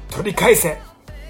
取り返せ。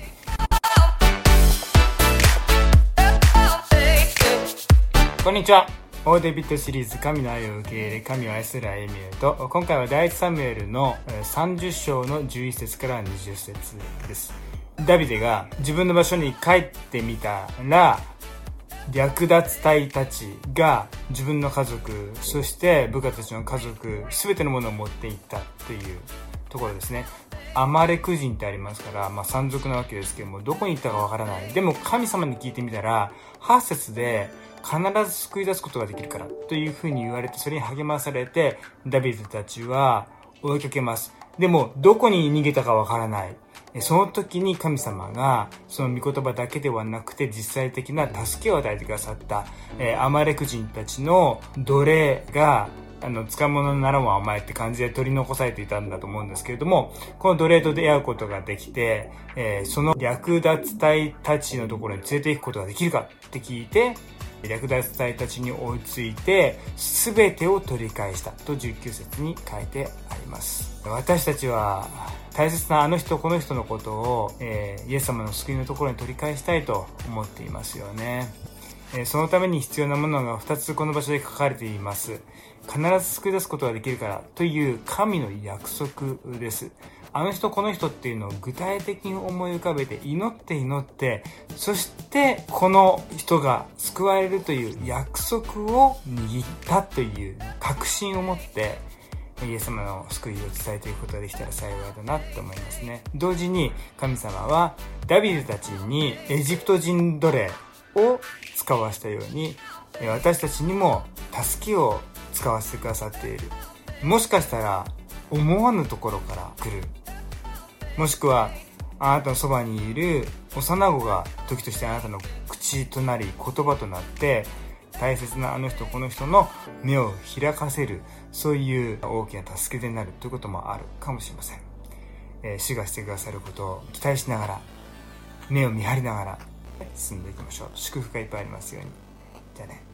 こんにちは。オーデビットシリーズ神の愛を受け入れ神を愛する歩みへと、今回は第一サムエルの30章の11節から20節です。ダビデが自分の場所に帰ってみたら、略奪隊たちが自分の家族、そして部下たちの家族、すべてのものを持っていったというところですね。アマレク人ってありますから、山賊なわけですけども、どこに行ったかわからない。でも神様に聞いてみたら、8節で必ず救い出すことができるからというふうに言われて、それに励まされて、ダビデたちは追いかけます。でも、どこに逃げたかわからない。その時に神様が、その御言葉だけではなくて、実際的な助けを与えてくださった、アマレク人たちの奴隷が、使い物にならんわお前って感じで取り残されていたんだと思うんですけれども、この奴隷と出会うことができて、その略奪隊たちのところに連れて行くことができるかって聞いて、略奪隊たちに追いついて、すべてを取り返したと19節に書いてあります。私たちは大切なあの人この人のことを、イエス様の救いのところに取り返したいと思っていますよね。そのために必要なものが2つこの場所で書かれています。必ず救い出すことができるからという神の約束です。あの人この人っていうのを具体的に思い浮かべて祈って、そしてこの人が救われるという約束を握ったという確信を持ってイエス様の救いを伝えていくことができたら幸いだなと思いますね。同時に神様はダビデたちにエジプト人奴隷を使わせたように私たちにも助けを使わせてくださっている。もしかしたら思わぬところから来る。もしくはあなたのそばにいる幼子が時としてあなたの口となり言葉となって大切なあの人この人の目を開かせる、そういう大きな助けになるということもあるかもしれません。主がしてくださることを期待しながら目を見張りながら進んでいきましょう。祝福がいっぱいありますように。じゃあね。